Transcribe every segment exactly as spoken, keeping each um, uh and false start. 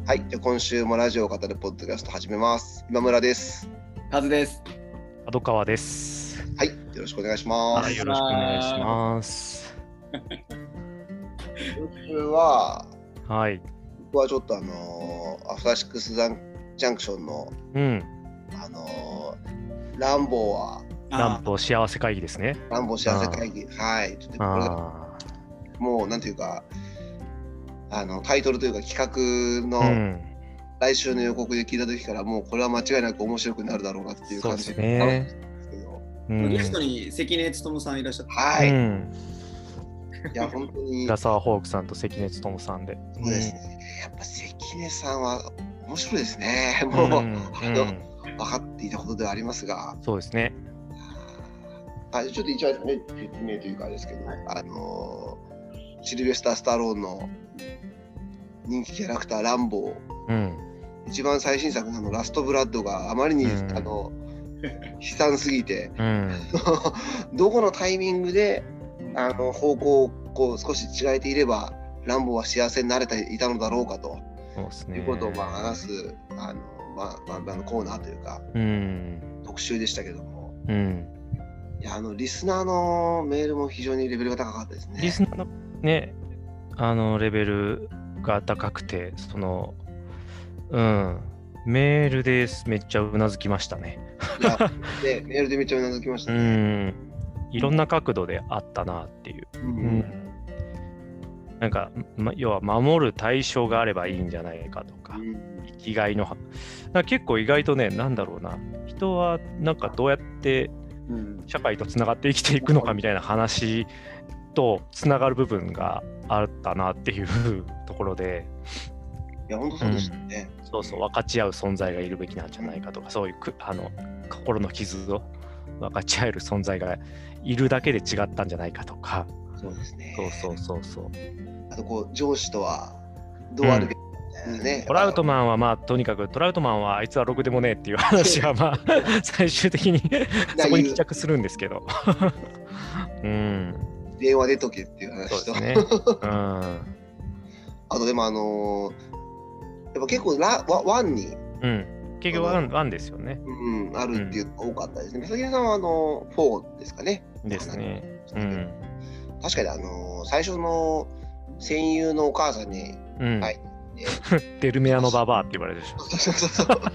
はい、じゃあ今週もラジオを語るポッドキャスト始めます。今村です。 カズです。 角川です。 はい、よろしくお願いします。 はい、よろしくお願いします。 今週は、 はい、 僕はちょっとあのー、アフターシックスジャンクションの、 うん、 あのー、ランボーはランボー幸せ会議ですね。 ランボー幸せ会議、はい、ちょっとこれがもうなんていうか、あのタイトルというか企画の、うん、来週の予告で聞いた時からもうこれは間違いなく面白くなるだろうなっていう感じで、 ね、 うん、ゲストに関根勤さんいらっしゃって、 はい、うん、 いや本当に浦沢ホークさんと関根勤さんで、 そうですね、やっぱ関根さんは面白いですね。もう、うん、あの、うん、分かっていたことではありますが、 そうですね。 あ、ちょっと一応ね説明というかあれですけど、はい、あのシルベスター・スタローンの人気キャラクターランボー、うん、一番最新作のラストブラッドがあまりに、うん、あの悲惨すぎて、うん、どこのタイミングであの方向をこう少し違えていればランボーは幸せになれていたのだろうかと、そうですね、いうことをまあ話すあの、まあまあ、あのコーナーというか、うん、特集でしたけども、うん、いやあのリスナーのメールも非常にレベルが高かったですね。 リスナーのね、あのレベルが高くて、その、うん、メールでめっちゃうなずきましたね。 いや、ね、メールでめっちゃうなずきましたね。 うん、いろんな角度であったなっていう。うんうん、なんか、ま、要は守る対象があればいいんじゃないかとか、うん、生きがいの、なんか結構意外とね、なんだろうな、人はなんかどうやって社会とつながって生きていくのかみたいな話とつながる部分があったなっていうところで、 いや本当そうでしたね、 うん、そうそう分かち合う存在がいるべきなんじゃないかとか、そういうあの心の傷を分かち合える存在がいるだけで違ったんじゃないかとか、 そうですね、 そうそうそうそう、 あとこう上司とはどうあるべきみたいなね、うん、 トラウトマンはまあとにかくトラウトマンはあいつはろくでもねえっていう話はまあ最終的にそこに帰着するんですけどうん、 電話出とけっていう話と、 ね、うん、あとでもあのー、やっぱ結構ラワワンに、 うん、結局ワン、ワンですよね、 うん、あるっていうのが多かったですね。関根さんはあのフォーですかね。 ですね、うん、 確かにあのー、最初の戦友のお母さんに、 うん、はい、デルメアのババアって言われるでしょ。 そうそうそうそう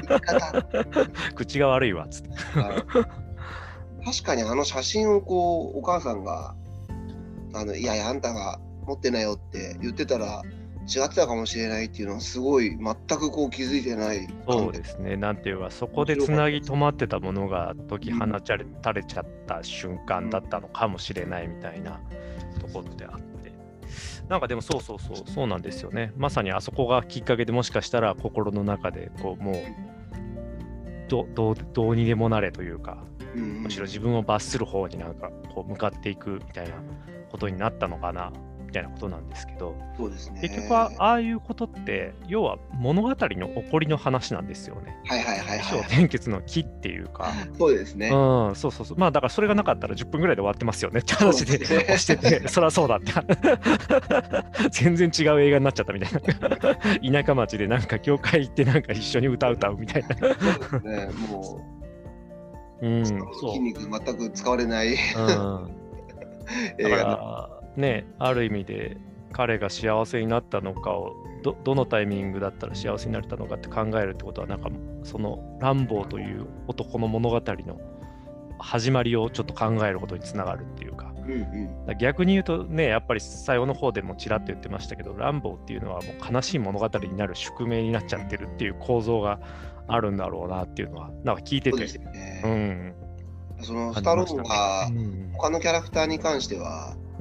口が悪いわっつって確かにあの写真をこうお母さんがあのいやいやあんたが持ってないよって言ってたら違ってたかもしれないっていうのはすごい全くこう気づいてない。 そうですね、なんていうかそこでつなぎ止まってたものが解き放たれ、たれちゃった瞬間だったのかもしれないみたいなところであって、なんかでもそうそうそうそうなんですよね。まさにあそこがきっかけでもしかしたら心の中でこうもう ど, ど, うどうにでもなれというか、うんうん、むしろ自分を罰する方になんかこう向かっていくみたいなことになったのかなみたいなことなんですけど、 そうですね、 結局はああいうことって要は物語の起こりの話なんですよね。 はいはいはいはい。 起承転結の木っていうか、 そうですね。 うん、そうそうそう。まあだからそれがなかったらじゅっぷんぐらいで終わってますよねって話でしてて、そりゃそうだって全然違う映画になっちゃったみたいな。田舎町でなんか教会行ってなんか一緒に歌歌うみたいな。 そうですね。もう、うん、筋肉全く使われない、うん、 だからね、ある意味で彼が幸せになったのかを ど, どのタイミングだったら幸せになれたのかって考えるってことは、なんかそのランボーという男の物語の始まりをちょっと考えることにつながるっていうか、うんうん、逆に言うとね、やっぱり最後の方でもちらっと言ってましたけど、ランボーっていうのはもう悲しい物語になる宿命になっちゃってるっていう構造があるんだろうなっていうのはなんか聞いてて、ね、うん、 そのスタローンが他のキャラクターに関しては、うん、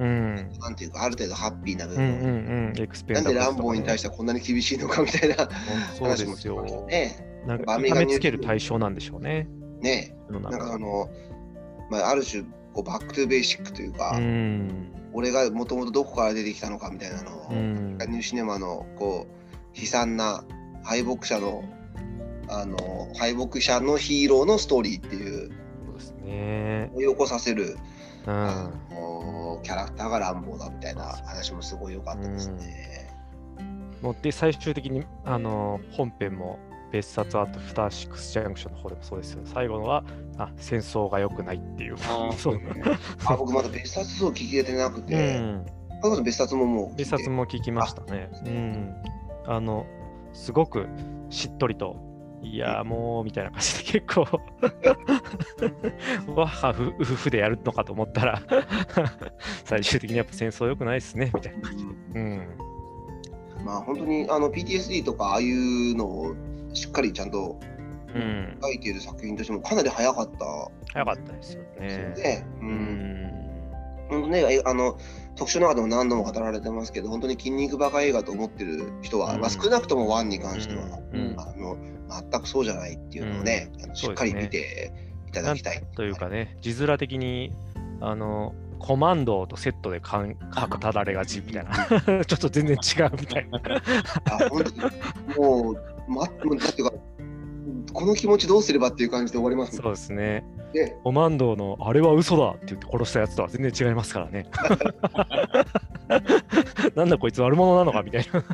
なんていうかある程度ハッピーな部分、うんうんうん、なんでランボーに対してはこんなに厳しいのかみたいな話もしてましたね。 なんか痛めつける対象なんでしょうね。 ね、なんかあの、まあ、ある種こうバックトゥーベーシックというか、うん、俺がもともとどこから出てきたのかみたいなのを、うん、ニューシネマのこう悲惨な敗北者のあの敗北者のヒーローのストーリーっていう、 そうですね、 追い起こさせる、うん、あのキャラクターがランボーだみたいな話もすごい良かったですね。 もうで最終的にあの本編も別冊アートフターシックスジャンクションの方でもそうですよ。最後のはあ戦争が良くないっていう。 あそうね、あ僕まだ別冊そう聞けてなくて、うん、別冊ももう別冊も聞きましたね。うん、あのすごくしっとりと、いやもうみたいな感じで結構わはふうふふでやるのかと思ったら最終的にやっぱ戦争良くないですねみたいな感じで。うん、 まあ本当にあの ピーティーエスディー とかああいうのをしっかりちゃんと書いている作品としてもかなり早かった。 早かったですよね。 で、うん。本当ね、あの特集の中でも何度も語られてますけど、本当に筋肉バカ映画と思ってる人は、うん、まあ、少なくともワンに関しては、うん、あの全くそうじゃないっていうのをね、うん、あのしっかり見ていただきたい。 というかね、字面的にあのコマンドとセットでかん語られがちみたいなちょっと全然違うみたいなあ本当にもう、ま、だっていうかこの気持ちどうすればっていう感じで終わりますね。 そうですね。でコマンドのあれは嘘だって言って殺したやつとは全然違いますからねなんだこいつ悪者なのかみたいな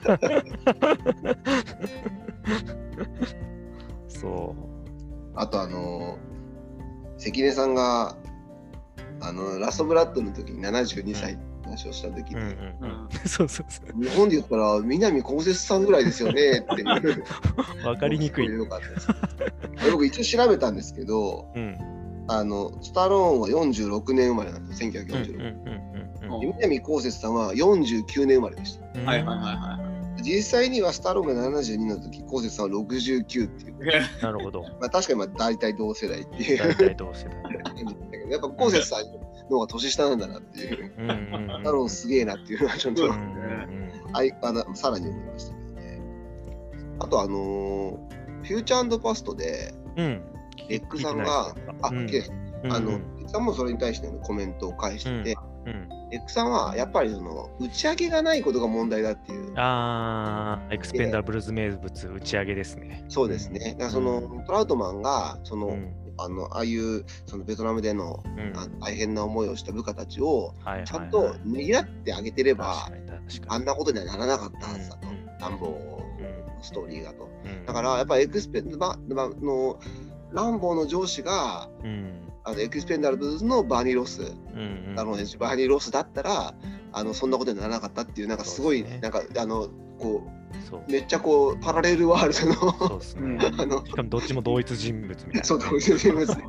そうあとあの関根さんがあのラストブラッドの時にななじゅうにさいって話をした時に、 そうそうそう。 日本で言ったら南こうせつさんぐらいですよねっていう分かりにくい。 よかったです僕一応調べたんですけど、うん、あのスタローンはよんじゅうろくねん生まれなんです。せんきゅうひゃくよんじゅうろくねん。南こうせつさんはよんじゅうきゅうねん生まれでした。 はいはいはいはい。 実際にはスタローンがななじゅうにの時、こうせつさんはろくじゅうきゅうっていう。 なるほど。 まあ確かにまあ大体同世代っていう。 大体同世代。 やっぱこうせつさんの方が年下なんだなっていう。スタローンすげえなっていうのはちょっとさらに思いましたけどね。あとあのー、フューチャー&パストで、うん、エックさんが、あ、うん、あの、エックさんもそれに対してのコメントを返してて、うんうん、エックさんはやっぱりその打ち上げがないことが問題だっていう。 ああ、エクスペンダブルズ名物打ち上げですね。 そうですね。だからその、うん、トラウトマンがその、うん、あのああいうそのベトナムでの、うん、あ大変な思いをした部下たちをちゃんとねぎらってあげてれば、あんなことにはならなかったはずだと、ランボーのストーリーだと。うん、だからやっぱりエクスペンダブルのランボーの上司が、うん、あのエクスペンダブルズのバーニー・ロス、うんうん、あのバーニー・ロスだったらあのそんなことにならなかったっていうなんかすごい、ね、なんかあのこうめっちゃこうパラレルワールドのそうですねあのしかもどっちも同一人物みたいなそう同一人物確か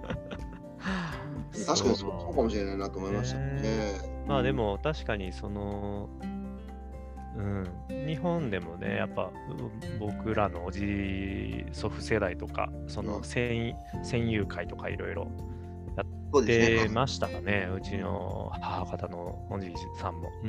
にそうかもしれないなと思いましたね。 まあでも確かにそのうん、日本でもねやっぱ僕らのおじ祖父世代とかその戦、うん、戦友会とかいろいろやってましたかね。うちの母方のおじいさんも、うん、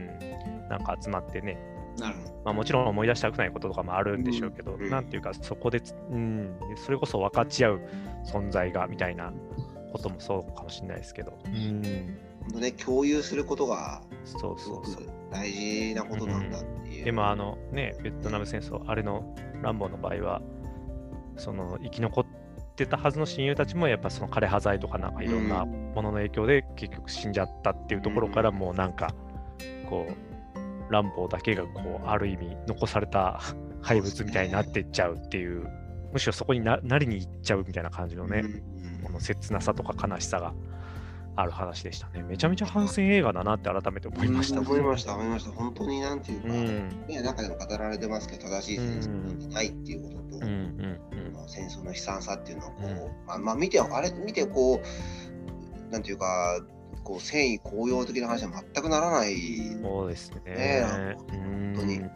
なんか集まってね、なるほど、まあ、もちろん思い出したくないこととかもあるんでしょうけど、うん、なんていうかそこで、うん、それこそ分かち合う存在がみたいなこともそうかもしれないですけど、うん、 本当ね共有することがすごく大事なことなんだっていう。 うん、でもあのねベトナム戦争あれのランボーの場合はその生き残ってたはずの親友たちもやっぱその枯葉剤とかなんかいろんなものの影響で結局死んじゃったっていうところからもうなんかこうランボーだけがこうある意味残された怪物みたいになっていっちゃうっていう、むしろそこに な, なりにいっちゃうみたいな感じのね、うん、この切なさとか悲しさがある話でしたね。めちゃめちゃ反戦映画だなって改めて思いました。 思いました思いました。本当になんていうか、うん、ね、中でも語られてますけど正しい戦争なんてないっていうことと、うんうんうん、戦争の悲惨さっていうのをこう、うん、まあ、まあ見てあれ見てこうなんていうかこう戦意高揚的な話は全くならない。 そうですね。 ね、本当に。うん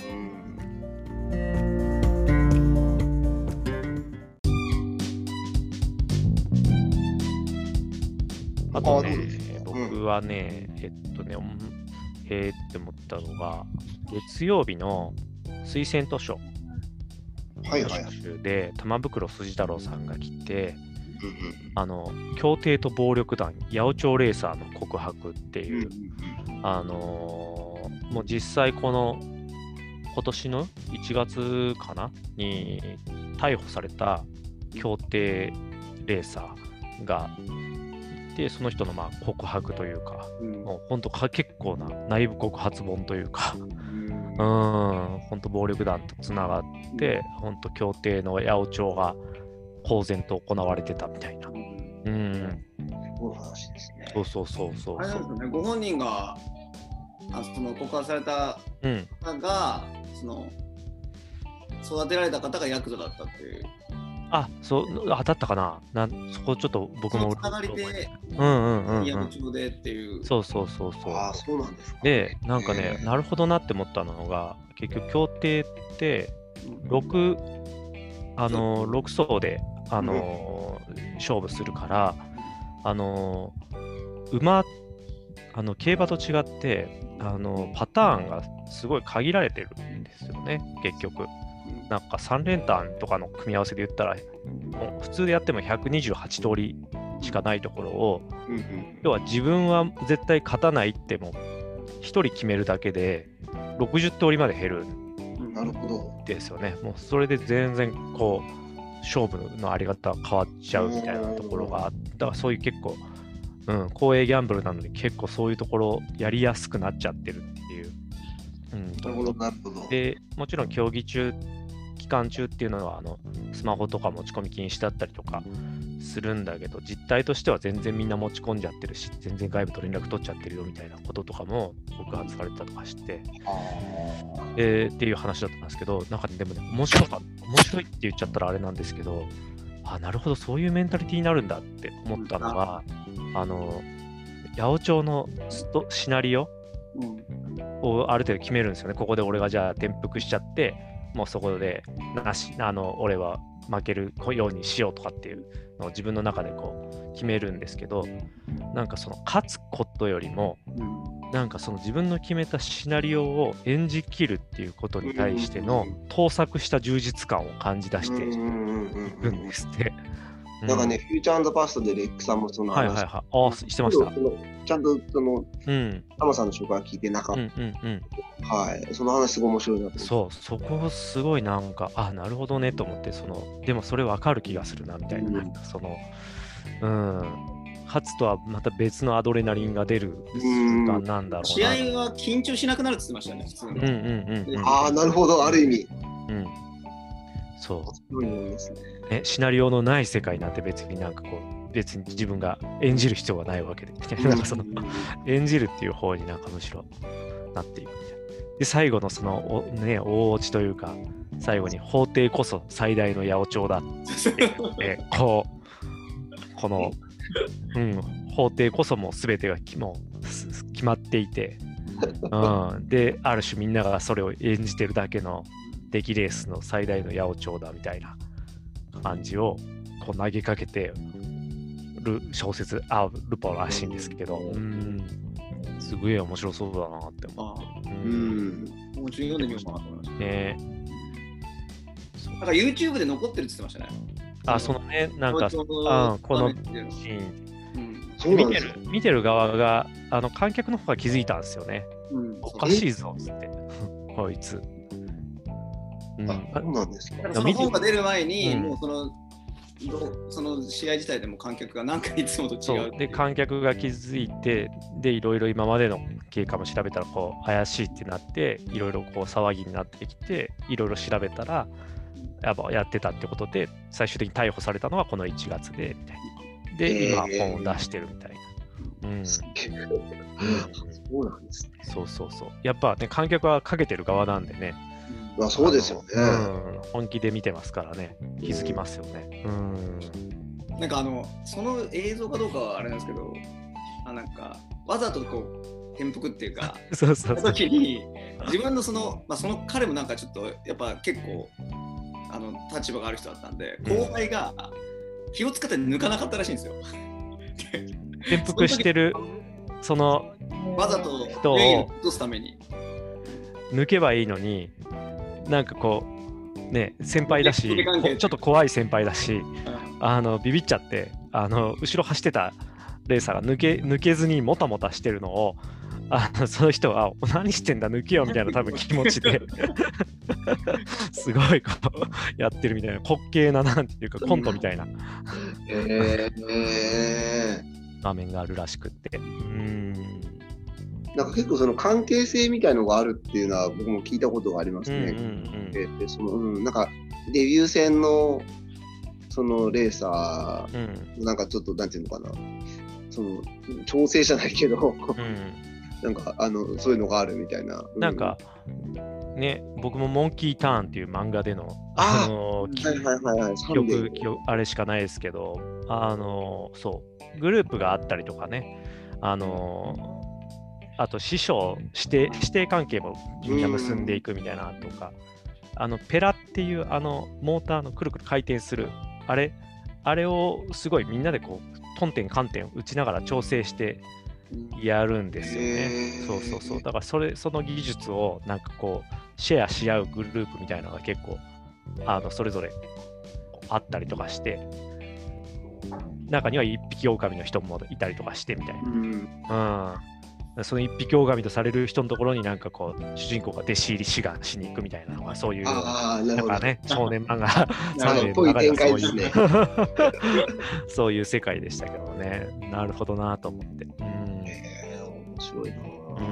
あとね、僕はね、うん、えっとね、えーって思ったのが、月曜日の推薦図書はいはい、 で、玉袋筋太郎さんが来て、うんうん、あの、協定と暴力団、八百長レーサーの告白っていう、うんうん、あのー、もう実際この、今年のいちがつかなに逮捕された協定レーサーが、でその人のまあ告白というか、うん、もう本当か結構な内部告発本というか、うん、 本当暴力団とつながって、本当協定の八百長が公然と行われてたみたいな。うん。 そういう話ですね。 そうそうそうそう。 あれなんですよね、ご本人があその告発された方が、うん、その育てられた方がヤクザだったっていう。 あ、そう、あ、だったかな。なん、そこちょっと僕も。 つながりで、 うんうんうん、うん。 八百長でっていう。 そうそうそうそう。 あ、そうなんですか。 で、なんかね、なるほどなって思ったのが、結局協定ってろく、あのろく層であの、うん、勝負するから、あの馬あの競馬と違ってあのパターンがすごい限られてるんですよね、結局。なんかさん連単とかの組み合わせで言ったら、もう普通でやってもひゃくにじゅうはち通りしかないところを、うんうん、要は自分は絶対勝たないってもひとり決めるだけでろくじゅう通りまで減るんですよね。もうそれで全然こう勝負のあり方変わっちゃうみたいなところがあった。だからそういう結構、うん、公営ギャンブルなので結構そういうところやりやすくなっちゃってるっていう、うん、 なるほどなるほど。 でもちろん競技中期間中っていうのはあのスマホとか持ち込み禁止だったりとかするんだけど、実態としては全然みんな持ち込んじゃってるし、全然外部と連絡取っちゃってるよみたいなこととかも告発されてたとかして、えー、っていう話だったんですけど、なんかでもね、面白かった面白いって言っちゃったらあれなんですけど、あ、なるほどそういうメンタリティになるんだって思ったのが、あの八百長のストシナリオをある程度決めるんですよね。ここで俺がじゃあ転覆しちゃって、もうそこでなし、あの俺は負けるようにしようとかっていうのを自分の中でこう決めるんですけど、なんかその勝つことよりも、なんかその自分の決めたシナリオを演じきるっていうことに対しての盗作した充実感を感じ出していくんですって。 なんかね、フューチャー&パストでレックさんもその話、 はいはいはい、ああ、してました。 ちゃんとその、うん、タマさんの紹介聞いてなかった。うんうんうん、はい、その話すごい面白いなと思って。 そう、そこすごいなんか、あ、なるほどねと思って、その、でもそれ分かる気がするなみたいな、うん、なんかその、うん、勝つとはまた別のアドレナリンが出る瞬間なんだろうな。 試合は緊張しなくなるって言ってましたね、普通に。うんうんうん、うん。 ああ、なるほど、ある意味。 うん。そう。 そういうですね。 ね、シナリオのない世界なんて別になんかこう別に自分が演じる必要がないわけで、なんかその演じるっていう方になんかむしろなっていくみたいな。で最後のそのお、ね、大落ちというか最後に法廷こそ最大の八百長だってこうこの、うん、法廷こそもう全てがもう決まっていて、うん、である種みんながそれを演じてるだけの出来レースの最大の八百長だみたいな感じをこう投げかけてる小説、あ、ルポらしいんですけど、うん、すごい面白そうだなって思って。 うん、もうちょっと読んでみようかなと思いました。 ね。 なんか YouTube で残ってるって言ってましたね。 あ、そのね、なんか、あこのシーン、見てる、見てる側が、あの観客の方が気づいたんですよね。うん、おかしいぞっつって、こいつ。 うん、あ、そうなんですか。 その本が出る前に、うん、もうそのその試合自体でも観客がなんかいつもと違う。 で観客が気づいて、でいろいろ今までの経過も調べたらこう怪しいってなって、いろいろこう騒ぎになってきて、いろいろ調べたらやっぱやってたってことで、最終的に逮捕されたのはこのいちがつでみたいな。で、今本を出してるみたいな。うん。 そうなんですね。 そうそうそう。やっぱね、観客はかけてる側なんでね。 まあそうですよね、うん、本気で見てますからね、気づきますよね。うん、 なんかあのその映像かどうかはあれなんですけど、あなんかわざとこう転覆っていうか、 そうそうそう、 時に自分のそのまあその彼もなんかちょっとやっぱ結構あの立場がある人だったんで、後輩が気を使って抜かなかったらしいんですよ。 転覆してるそのわざと人を落とすために抜けばいいのに。なんかこうね、先輩だし、ちょっと怖い先輩だし、あのビビっちゃって、あの後ろ走ってたレーサーが抜け抜けずにもたもたしてるのを、あのその人は何してんだ抜けよみたいな多分気持ちですごいこうやってるみたいな、滑稽ななんていうかコントみたいな、 えー、 場面があるらしくって、うーん、 なんか結構その関係性みたいのがあるっていうのは僕も聞いたことがありますね。 うんうんうん、 ででそのうん、なんかデビュー戦のそのレーサー、うん、なんかちょっとなんていうのかな、その調整じゃないけど、うん、なんかあのそういうのがあるみたいな。 うん、なんかね、僕もモンキーターンっていう漫画でのあの記憶あれしかないですけど、あのそうグループがあったりとかね、あのあと師匠師弟師弟関係もみんな結んでいくみたいなとか、あのペラっていうあのモーターのくるくる回転するあれあれをすごいみんなでこうトンテンカンテン打ちながら調整してやるんですよね。そうそうそう。だからそれその技術をなんかこうシェアし合うグループみたいなのが結構あのそれぞれあったりとかして、中には一匹狼の人もいたりとかしてみたいな。うん。うん、その一匹狼とされる人のところになんかこう主人公が弟子入り志願しに行くみたいなのがそういうなんかね少年漫画さんねんの中ではそういう、ね、そういう世界でしたけどね。なるほどなと思って。うん、 えー、面白いな。うん。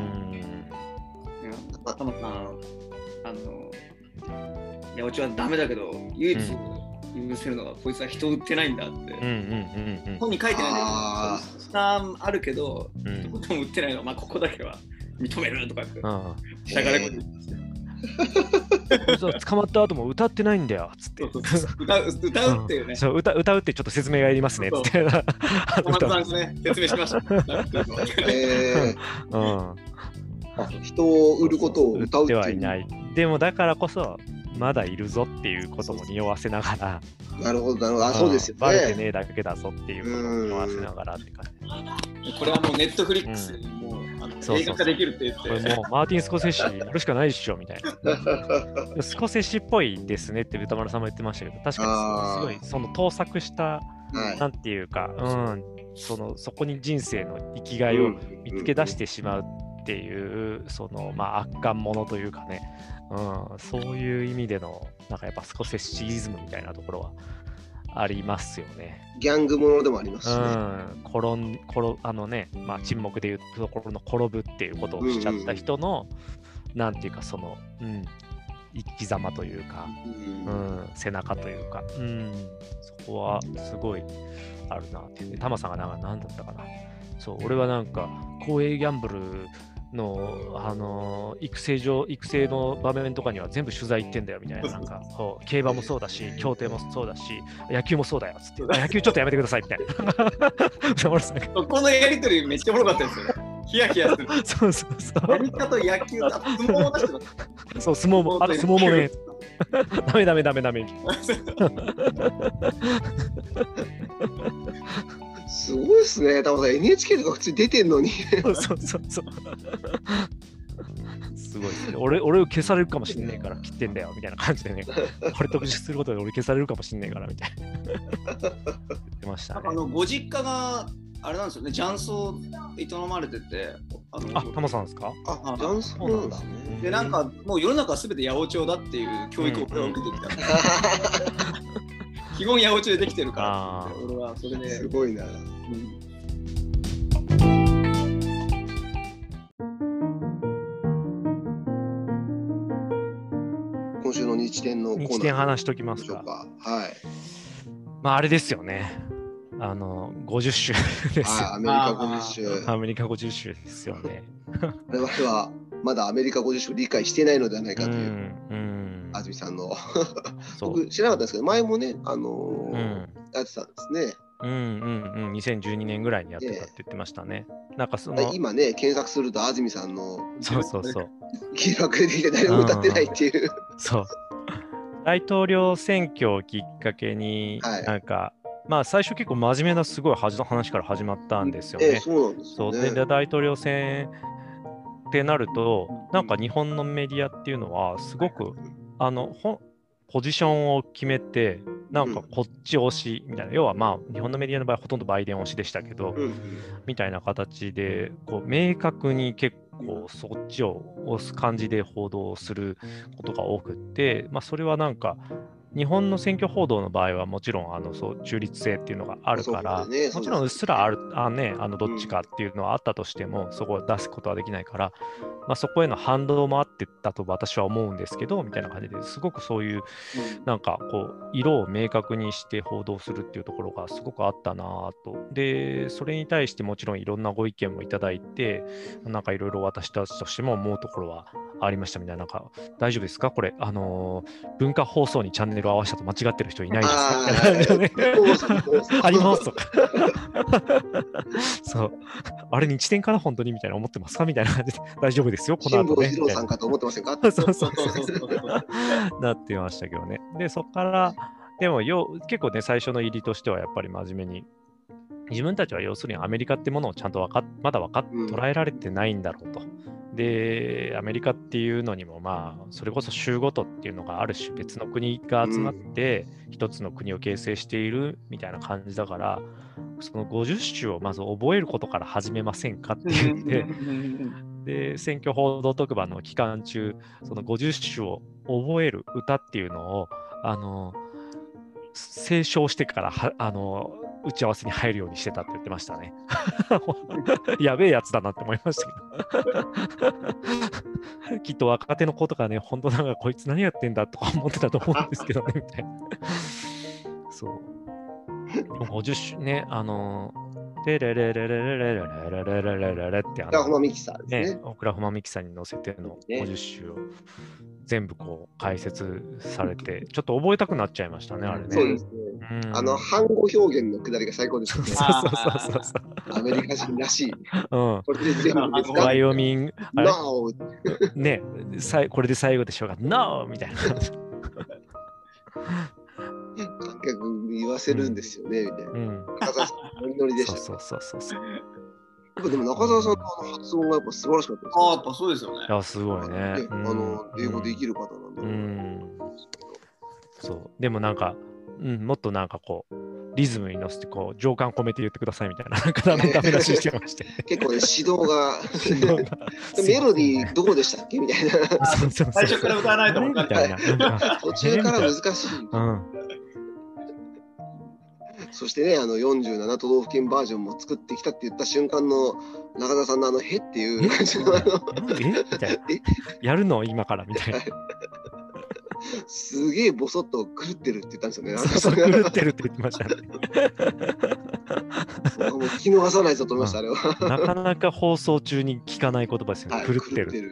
タマさん、あの八百長はダメだけど唯一、うん、許せるのがこいつは人を売ってないんだって、うんうんうんうん、本に書いてないんだけどあ, あるけど、うん、一言も売ってないの、まあ、ここだけは認めるとかってしゃがれこと言ってますよ。捕まった後も歌ってないんだよつってそうそうそう 歌, 歌うっていうね、うん、 そう 歌, 歌うってちょっと説明がいりますねつって小松さんね説明しましたえーうん、人を売ることを歌うっていうはいない。でもだからこそまだいるぞっていうことも匂わせながら、 なるほどなるほど、あ、そうですよね。 バレてねえだけだぞっていうことを匂わせながらって感じ。これはもうネットフリックスにもう、うん、あの映画化できるって言って、 これもうマーティン・スコセッシやるしかないっしょみたいな。スコセッシっぽいですねって歌丸さんも言ってましたけど、確かにすごいその盗作した、はい、なんていうか、うん、そのそこに人生の生きがいを見つけ出してしまうっていうそのまあ悪感者というかね、うん、そういう意味でのなんかやっぱスコセッシリズムみたいなところはありますよね。 ギャングものでもありますしね。うん、 転ん転あのね、まあ沈黙でいうところの転ぶっていうことをしちゃった人の、うんうん、なんていうかその、うん、生き様というか、うんうん、背中というか、うん、そこはすごいあるなっていうね。タマさんがなんか何だったかな。そう、俺はなんか公営ギャンブルの、あのー、育成上育成の場面とかには全部取材行ってんだよみたいな、なんかこう競馬もそうだし競艇もそうだし野球もそうだよっつって野球ちょっとやめてくださいみたいなこのやりとりめっちゃおもろかったですよ。ヒヤヒヤする。 そうそうそう。 アメリカと野球と相撲も出してます。 そう相撲もあと相撲もね。ダメダメダメダメ。 すごいですね。多分 エヌエイチケー とか普通に出てんのに。 そうそうそうそう。すごいですね。俺俺を消されるかもしんないから切ってんだよみたいな感じでね。これ特集することで俺消されるかもしんないからみたいな。言ってましたね。 あのご実家があれなんですよね。雀荘営まれてて、 あのあタマさんですか？ あ雀荘なんですね。 でなんかもう世の中はすべて八百長だっていう教育を俺は受けてきた。基本八百長でできてるから、俺はそれで。 すごいな。うん、今週の日天のコーナー。 日天話しときますか。 はい。 まああれですよね。あのごじゅっしゅうですよ。 アメリカごじゅっしゅう。 アメリカごじゅっしゅうですよね。 我々はまだアメリカごじゅっしゅうを理解してないのではないかという。うんうん安住さんの僕知らなかったんですけど前もね、あのーうん、やってたんですね。 うんうんうん、にせんじゅうにねんぐらいにやってたって言ってましたね。なんかその今ね検索すると安住さんのそうそうそう疑惑できて誰も歌ってないっていう、 うん、そう大統領選挙をきっかけに、はい、なんかまあ最初結構真面目なすごい話から始まったんですよね。 えー、そうなんですよね。 そうで大統領選ってなるとなんか日本のメディアっていうのはすごくあのポジションを決めてなんかこっち推しみたいな、うん、要はまあ日本のメディアの場合ほとんどバイデン推しでしたけど、うん、みたいな形でこう明確に結構そっちを推す感じで報道することが多くって、まあ、それはなんか日本の選挙報道の場合はもちろんあのそう中立性っていうのがあるから、 ね、 もちろんうっすらあるあ、ね、あのどっちかっていうのはあったとしても、うん、そこを出すことはできないから、まあ、そこへの反動もあってたと私は思うんですけどみたいな感じですごくそういう、うん、なんかこう色を明確にして報道するっていうところがすごくあったなと。でそれに対してもちろんいろんなご意見もいただいて、なんかいろいろ私たちとしても思うところはありましたみたいな、なんか大丈夫ですかこれ、あのー、文化放送にチャンネルを合わせたと間違ってる人いないですかみたいな感じでありますとかそうあれ日天かな本当にみたいな思ってますかみたいな感じで大丈夫ですよこの後ね辛坊治郎さんかと思ってませんかそうそうそうなってましたけどね。でそこからでもよ結構ね最初の入りとしてはやっぱり真面目に自分たちは要するにアメリカってものをちゃんとわかまだわかっ捉えられてないんだろうと。でアメリカっていうのにもまあそれこそ州ごとっていうのがある種別の国が集まって一つの国を形成しているみたいな感じだから、そのごじゅっ州をまず覚えることから始めませんかって言ってで選挙報道特番の期間中そのごじゅっ州を覚える歌っていうのをあの斉唱してからはあの打ち合わせに入るようにしてたって言ってましたね。やべえやつだなって思いましたけど。きっと若手の子とかね、本当なんかこいつ何やってんだとか思ってたと思うんですけどね、みたいな。そう。ごじゅっ週ね、あの、テレレレレレレレレレレレレレってあの、 オクラホマミキサーですね。 オクラホマミキサーに乗せてのごじゅっ週を全部こう解説されて、ちょっと覚えたくなっちゃいましたね、あれね。 そうですね。うん、あの、反語表現のくだりが最高ですね。 そうそうそうそう。 アメリカ人らしい。うん。 これで全部ですかワイオミング。 ノーね、これで最後でしょうが、ノーみたいな。 観客に言わせるんですよね、みたいな。うん。中澤さん、ノリノリでした。 そうそうそうそう。 でも中澤さんのあの発音がやっぱ素晴らしかったです、ね。 ああ、やっぱそうですよね。 いや、すごいね。 あの、英語できる方なんだ。うん。 そう。でもなんか、うん、もっとなんかこう、リズムに乗せて、こう、情感込めて言ってくださいみたいな、なんかダメダメ出ししてまして。 結構ね、指導が、メロディーどこでしたっけみたいな。 そうそうそう最初から歌わないと分かんない。 途中から難しい。うんそしてね、あのよんじゅうなな都道府県バージョンも作ってきたって言った瞬間の中田さんのあの「へ」っていう感じのあの 「えみたいな「やるの今から」みたいなすげえボソッと狂ってるって言ったんですよね。 そうそう狂ってるって言ってましたね。 もう聞き逃さないぞと思いました、あれは。 なかなか放送中に聞かない言葉ですよね。狂ってる。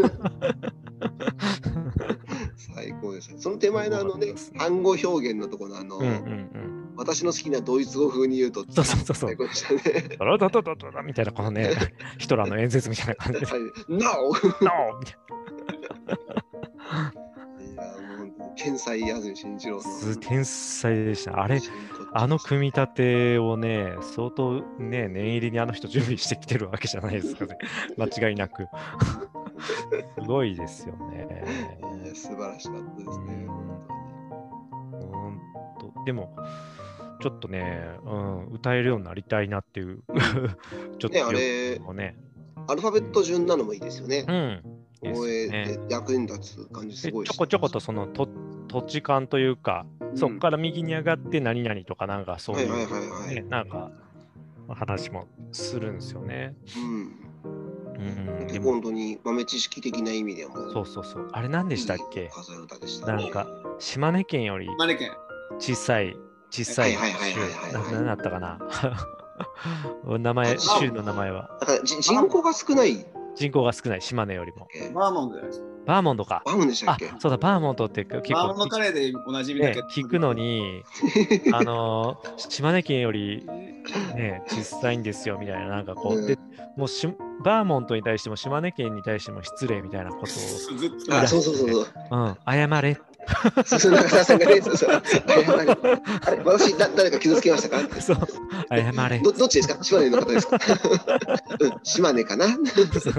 最高です。その手前のあのね、暗号表現のところのあの、私の好きなドイツ語風に言うと、 そうそうそうそう。ダラダダダダダみたいなこのね、ヒトラーの演説みたいな感じで。 ノー！ ノー！ みたいな。天才安住紳一郎の。天才でした。あれ、あの組み立てをね、相当ね、念入りにあの人準備してきてるわけじゃないですかね。間違いなく。すごいですよね。 素晴らしかったですね。 本当。でも、ちょっとね、うん、歌えるようになりたいなっていう。 ちょっとね、あれ、アルファベット順なのもいいですよね。 うん覚えて役に立つ感じすごいちょこちょことそのと土地勘というか、うん、そこから右に上がって何々とかなんかそういうねなんか話もするんですよね。 うん。うん、で本当に豆知識的な意味でも。 そうそうそう。あれ何でしたっけ？ いい数え歌でしたね。 なんか島根県より小さい小さい州何だったかな。名前州の名前は。 だから人口が少ない。 人口が少ない島根よりも。 バーモントじゃないですか。 バーモントか。 バーモントでしたっけ？ あ、そうだ、バーモントって結構。 バーモントカレーでおなじみだけど。 ね、聞くのに、あのー、島根県より、ね、小さいんですよみたいな、なんかこう、うん、でもうしバーモントに対しても島根県に対しても失礼みたいなことを。 あ、そうそうそうそう。 うん、謝れ。 そうそう、中澤さんがね、そうそう、謝れ。あれ、私、だ誰か傷つけましたか？ そう、謝れ。 ど、どっちですか？島根の方ですか？うん、島根かな。そうそう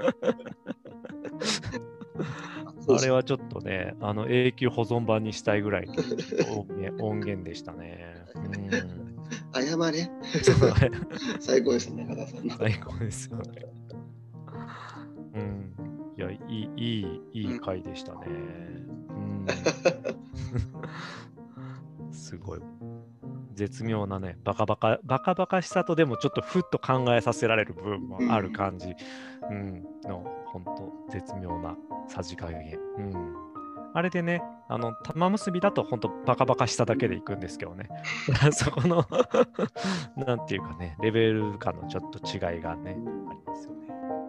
あれはちょっとね、あの永久保存版にしたいぐらいの音源でしたね。うん、 謝れ。最高ですね、中田さんの。 最高ですよね。うん、いや、いい、いい、いい回でしたね。うんうんすごい絶妙なねバカバカバカバカしさとでもちょっとふっと考えさせられる部分もある感じ、うん、の本当絶妙なさじ加減、うん、あれでねあの玉結びだと本当バカバカしさだけでいくんですけどねそこのなんていうかねレベル感のちょっと違いがねありますよね。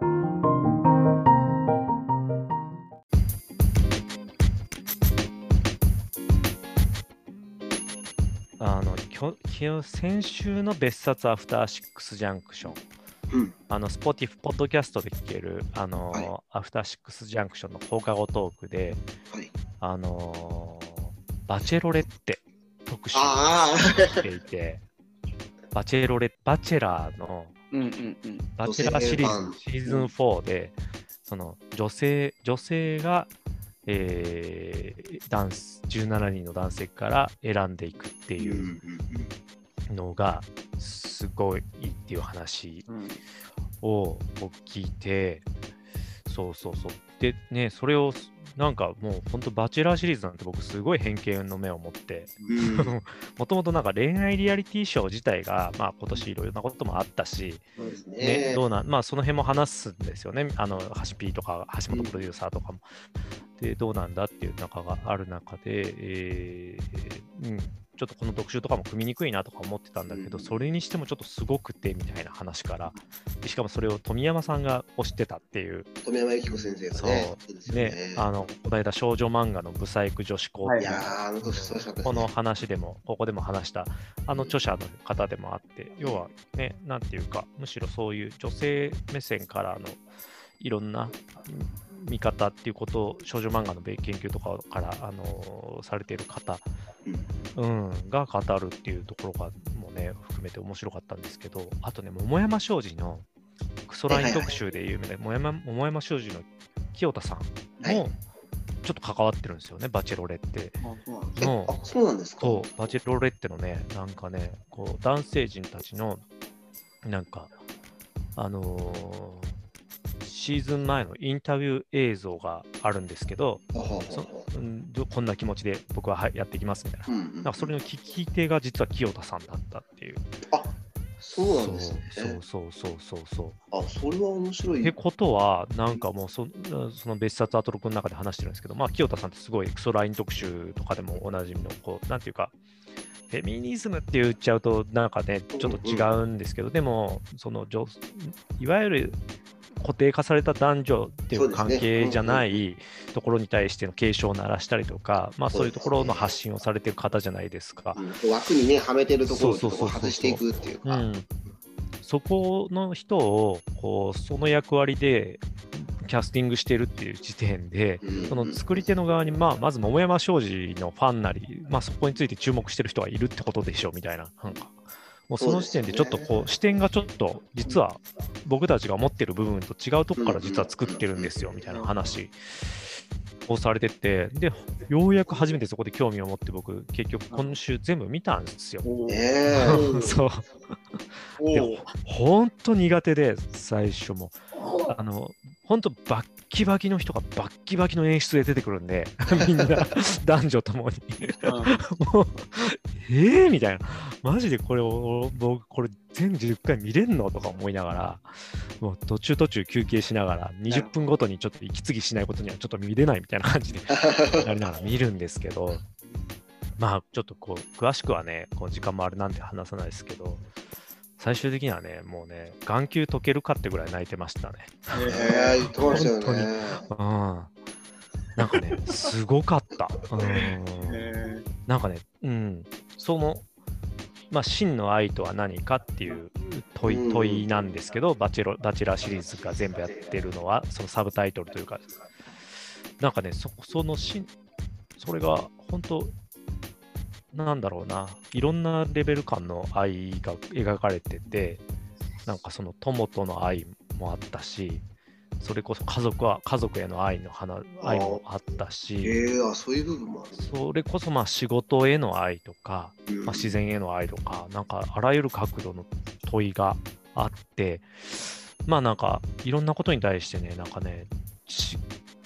あのきょきょ先週の別冊アフターシックスジャンクション、うん、あのスポティフポッドキャストで聞けるあの、はい、アフターシックスジャンクションの放課後トークで、はい、あのバチェロレッテ特集をしていてバチェロレバチェラーの、うんうんうん、バチェラーシリーズシーズンフォーで、うん、その女性女性がえー、ダンスじゅうななにんの男性から選んでいくっていうのがすごいいいっていう話を僕聞いて、そうそうそうでねそれをなんかもう本当バチェラーシリーズなんて僕すごい偏見の目を持ってもともとなんか恋愛リアリティショー自体がまあ今年いろいろなこともあったし、そうですねね、どうなんまあその辺も話すんですよねあのハシピーとか橋本プロデューサーとかも、うん、でどうなんだっていう中がある中で、えーうん、ちょっとこの特集とかも組みにくいなとか思ってたんだけど、うん、それにしてもちょっとすごくてみたいな話からしかもそれを富山さんが推してたっていう富山由紀子先生がねそうね、ねあのこの間少女漫画のブサイク女子校っていう、はい、この話でもここでも話したあの著者の方でもあって、うん、要はねなんていうかむしろそういう女性目線からのいろんな見方っていうことを少女漫画の研究とかから、あのー、されている方、うんうん、が語るっていうところがもね含めて面白かったんですけど、あとね桃山商事のクソライン特集で有名で、はいはいはい、桃山商事の清田さんもちょっと関わってるんですよね、はい、バチェロレッテの。 あ、そうなんですか。 そうバチェロレッテのねなんかねこう男性陣たちのなんかあのーシーズン前のインタビュー映像があるんですけど、そうん、こんな気持ちで僕はやっていきますみたいな、うんうん、なんかそれの聞き手が実は清田さんだったっていう。 あ、そうなんですね。 そうそうそうそうそう。 あ、それは面白い。 ってことはなんかもう そ, その別冊アトロクの中で話してるんですけど、まあ清田さんってすごいクソライン特集とかでもおなじみのこうなんていうかフェミニズムって言っちゃうとなんかねちょっと違うんですけど、うんうん、でもそのいわゆる固定化された男女っていう関係じゃないところに対しての警鐘を鳴らしたりとか、まあそういうところの発信をされてる方じゃないですか。 うん、枠にねはめてるところを外していくっていうか、 そこの人をこうその役割でキャスティングしてるっていう時点で、うん、その作り手の側に、まあ、まず桃山商事のファンなり、まあ、そこについて注目してる人がいるってことでしょみたいな、なんかもうその時点でちょっとこう、ね、視点がちょっと実は僕たちが思ってる部分と違うとこから実は作ってるんですよみたいな話をされてて、でようやく初めてそこで興味を持って僕結局今週全部見たんですよ。 えー、 そうで本当苦手で最初もあの本当バッキバキの人がバッキバキの演出で出てくるんでみんな男女ともにもうえーみたいなマジでこれを僕これ全じゅっかい見れんのとか思いながらもう途中途中休憩しながらにじゅっぷんごとにちょっと息継ぎしないことにはちょっと見れないみたいな感じでやりながら見るんですけどまあちょっとこう詳しくはねこう時間もあれなんで話さないですけど最終的にはねもうね眼球溶けるかってぐらい泣いてましたね。 えー、言ってましたよね。 本当に、うん、なんかねすごかった。うんなんかね、うん、そのまあ真の愛とは何かっていう問い、問いなんですけど、バチェロ、バチェラーシリーズが全部やってるのはそのサブタイトルというかなんかね そ, そのしそれが本当なんだろうないろんなレベル感の愛が描かれててなんかその友との愛もあったしそれこそ家族は家族への愛の花愛もあったし、 えー、あそういう部分もある。 それこそまあ仕事への愛とか、うんまあ、自然への愛とかなんかあらゆる角度の問いがあってまあなんかいろんなことに対してねなんかね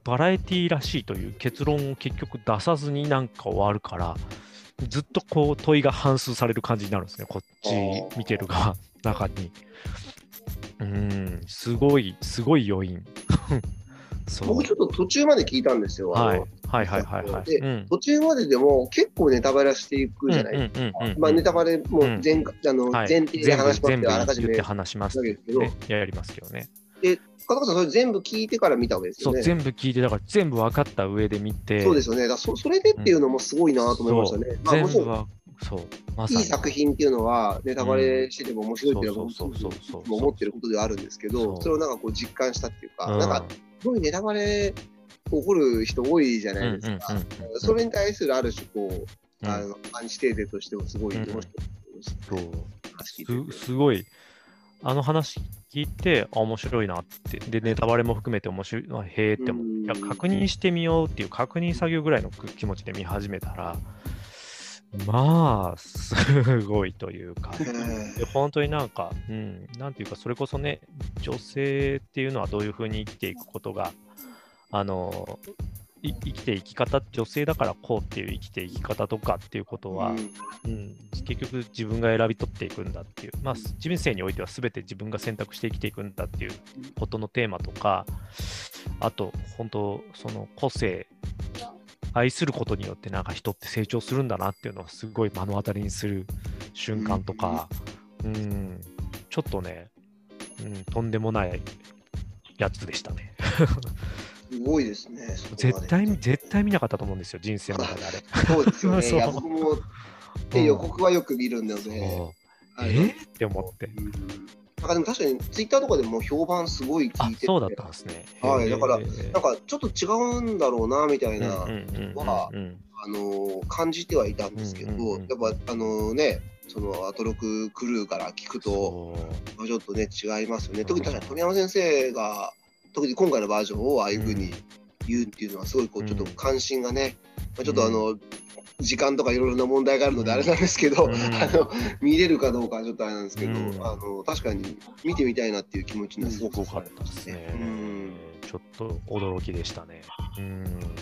バラエティらしいという結論を結局出さずになんか終わるから、ずっとこう問いが反芻される感じになるんですね、こっち見てる側中に。うーん、すごい、すごい余韻。 僕ちょっと途中まで聞いたんですよ。 はい、はいはいはいはい。 で、うん、途中まででも結構ネタバレしていくじゃないですか。まあネタバレも前、うん、あの前提で話しますけど、あらかじめ話しますけど、ね、やりますけどね。 で、片岡さんそれ全部聞いてから見たわけですよね。 そう、全部聞いて、だから全部分かった上で見て。 そうですよね。だそそれでっていうのもすごいなと思いましたね。うん、まあ、 全部はそう、 ま、いい作品っていうのはネタバレしてても面白いっていうのは僕も思ってることではあるんですけど、それをなんかこう実感したっていうか、うん、なんかすごいネタバレ起こる人多いじゃないですか。それに対するある種こう、うん、あのアンチテーゼとしてもすごい面白いですね。 そうすごいあの話聞いてあ面白いなってでネタバレも含めて面白いへえって思う、いや確認してみようっていう確認作業ぐらいの気持ちで見始めたらまあすごいというかで本当になんか、うん、なんていうかそれこそね女性っていうのはどういうふうに生きていくことがあの生きて生き方女性だからこうっていう生きて生き方とかっていうことは、うん、結局自分が選び取っていくんだっていう、まあ、人生においては全て自分が選択して生きていくんだっていうことのテーマとかあと本当その個性愛することによってなんか人って成長するんだなっていうのをすごい目の当たりにする瞬間とか、うん、うんちょっとね、うん、とんでもないやつでしたね。 すごいですね。 絶対絶対見なかったと思うんですよ、人生の中であれ。 そうですよね。いや僕も予告はよく見るんだよね。 えー、って思って。うんなんかでも確かにツイッターとかでも評判すごい聞いてて、 そうだったんですね。 はい、だからなんかちょっと違うんだろうなみたいなはあの感じてはいたんですけど、やっぱあのねそのアトロククルーから聞くとちょっとね違いますよね。特に確かに富山先生が特に今回のバージョンをああいうふうに言うっていうのはすごいこうちょっと関心がね、まあ、ちょっとあの時間とかいろいろな問題があるのであれなんですけど、うん、あの見れるかどうかはちょっとあれなんですけど、うん、あの確かに見てみたいなっていう気持ちにはすごくかったですね、うん、ちょっと驚きでしたね。うん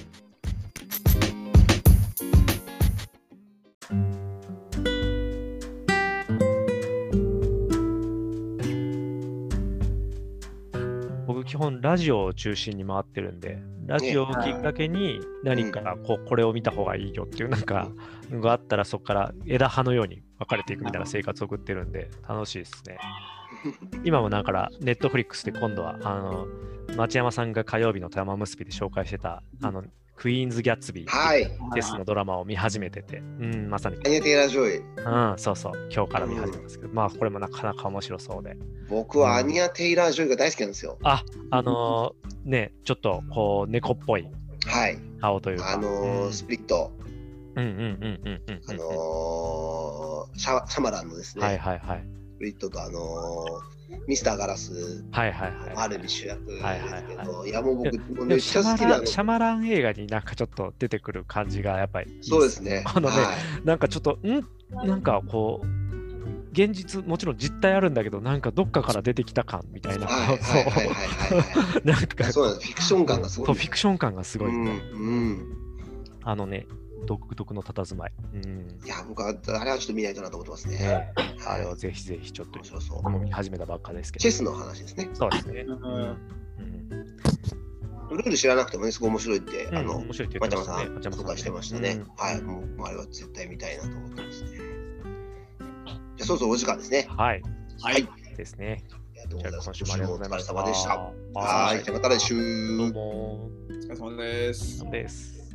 僕基本ラジオを中心に回ってるんでラジオをきっかけに何かこうこれを見た方がいいよっていうなんかがあったらそこから枝葉のように分かれていくみたいな生活を送ってるんで楽しいですね。今もだからネットフリックスで今度はあの町山さんが火曜日の富山結びで紹介してたあのクイーンズ・ギャッツビーテスのドラマを見始めてて、うん、まさに。 アニア・テイラー・ジョイ。 うん、そうそう、今日から見始めますけど、うん、まあこれもなかなか面白そうで。 僕はアニア・テイラー・ジョイが大好きなんですよ。 あ、あのー、ね、ちょっとこう猫っぽい顔というか。 はい、あのーうん、スプリット。 うんうんうんうんうん。 あのー、シャ、シャマランのですね。 はいはいはい。 スプリットとあのー、ミスターガラス、 はいはいはい、 ある意味主役ですけど、はいはいはい、いやもう僕もめっちゃ好きなの。シャマラン映画になんかちょっと出てくる感じがやっぱりいいです。 そうですね。 あのね、はい、なんかちょっとんなんかこう現実もちろん実態あるんだけどなんかどっかから出てきた感みたいな。 はいはいはいはいはい。なんかそうなんです。フィクション感がすごい。 フィクション感がすごい、ね。 うんうん、 あのね。独特の佇まい、うん、 いや僕はあれはちょっと見ないとなと思ってますね、 ねあれはぜひぜひちょっとそうそう見始めたばっかですけどチェスの話ですね。 そうですね、うんうん、 ルール知らなくてもねすごい面白いって、 うん、 あの面白いって言ってましたね。紹介してましたね、うん、はいもうあれは絶対見たいなと思ってますね。じゃあそろそろお時間ですね。 はいはい、 ですね。 ありがとうございます。 今週もありがとうございました。 お疲れ様でした。はい、じゃあまた来週。 どうもお疲れ様です。 です。